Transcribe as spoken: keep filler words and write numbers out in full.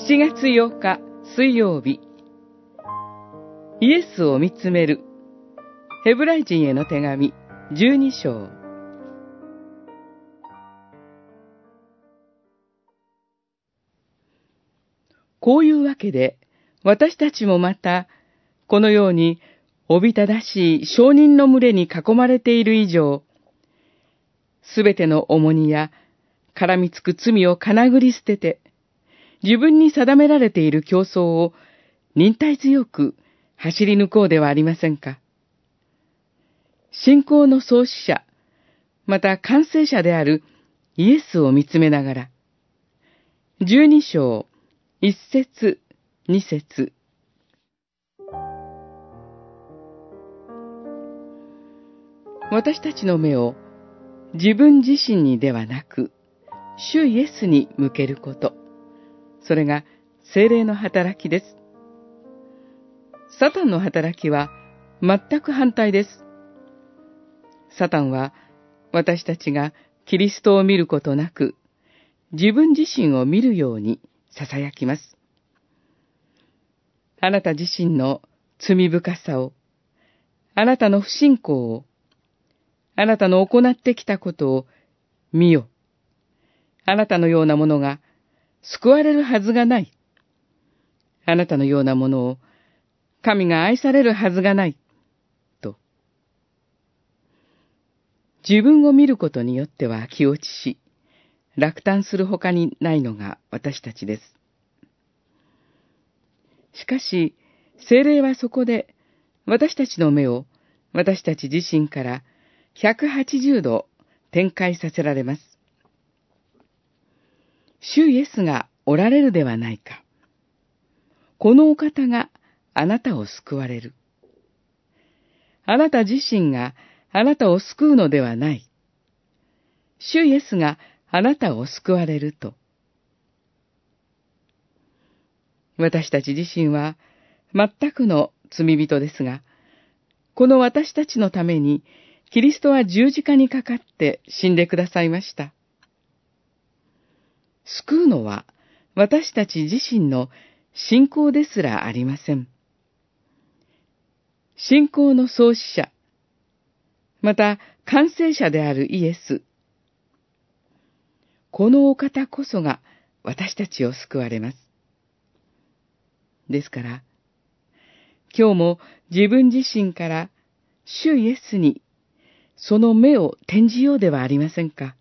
しちがつようか水曜日、イエスを見つめるヘブライ人への手紙じゅうに章。こういうわけで、私たちもまた、このようにおびただしい証人の群れに囲まれている以上、すべての重荷や絡みつく罪をかなぐり捨てて、自分に定められている競争を忍耐強く走り抜こうではありませんか。信仰の創始者、また完成者であるイエスを見つめながら、じゅうに章、いっ節、に節。私たちの目を自分自身にではなく、主イエスに向けること。それが聖霊の働きです。サタンの働きは全く反対です。サタンは私たちがキリストを見ることなく、自分自身を見るように囁きます。あなた自身の罪深さを、あなたの不信仰を、あなたの行ってきたことを見よ。あなたのようなものが救われるはずがない。あなたのようなものを神が愛されるはずがない。と。自分を見ることによっては気落ちし、落胆するほかにないのが私たちです。しかし、聖霊はそこで私たちの目を私たち自身からひゃくはちじゅうど展開させられます。主イエスがおられるではないか。このお方があなたを救われる。あなた自身があなたを救うのではない。主イエスがあなたを救われると。私たち自身は全くの罪人ですが、この私たちのためにキリストは十字架にかかって死んでくださいました。救うのは私たち自身の信仰ですらありません。信仰の創始者、また完成者であるイエス。このお方こそが私たちを救われます。ですから、今日も自分自身から主イエスにその目を転じようではありませんか。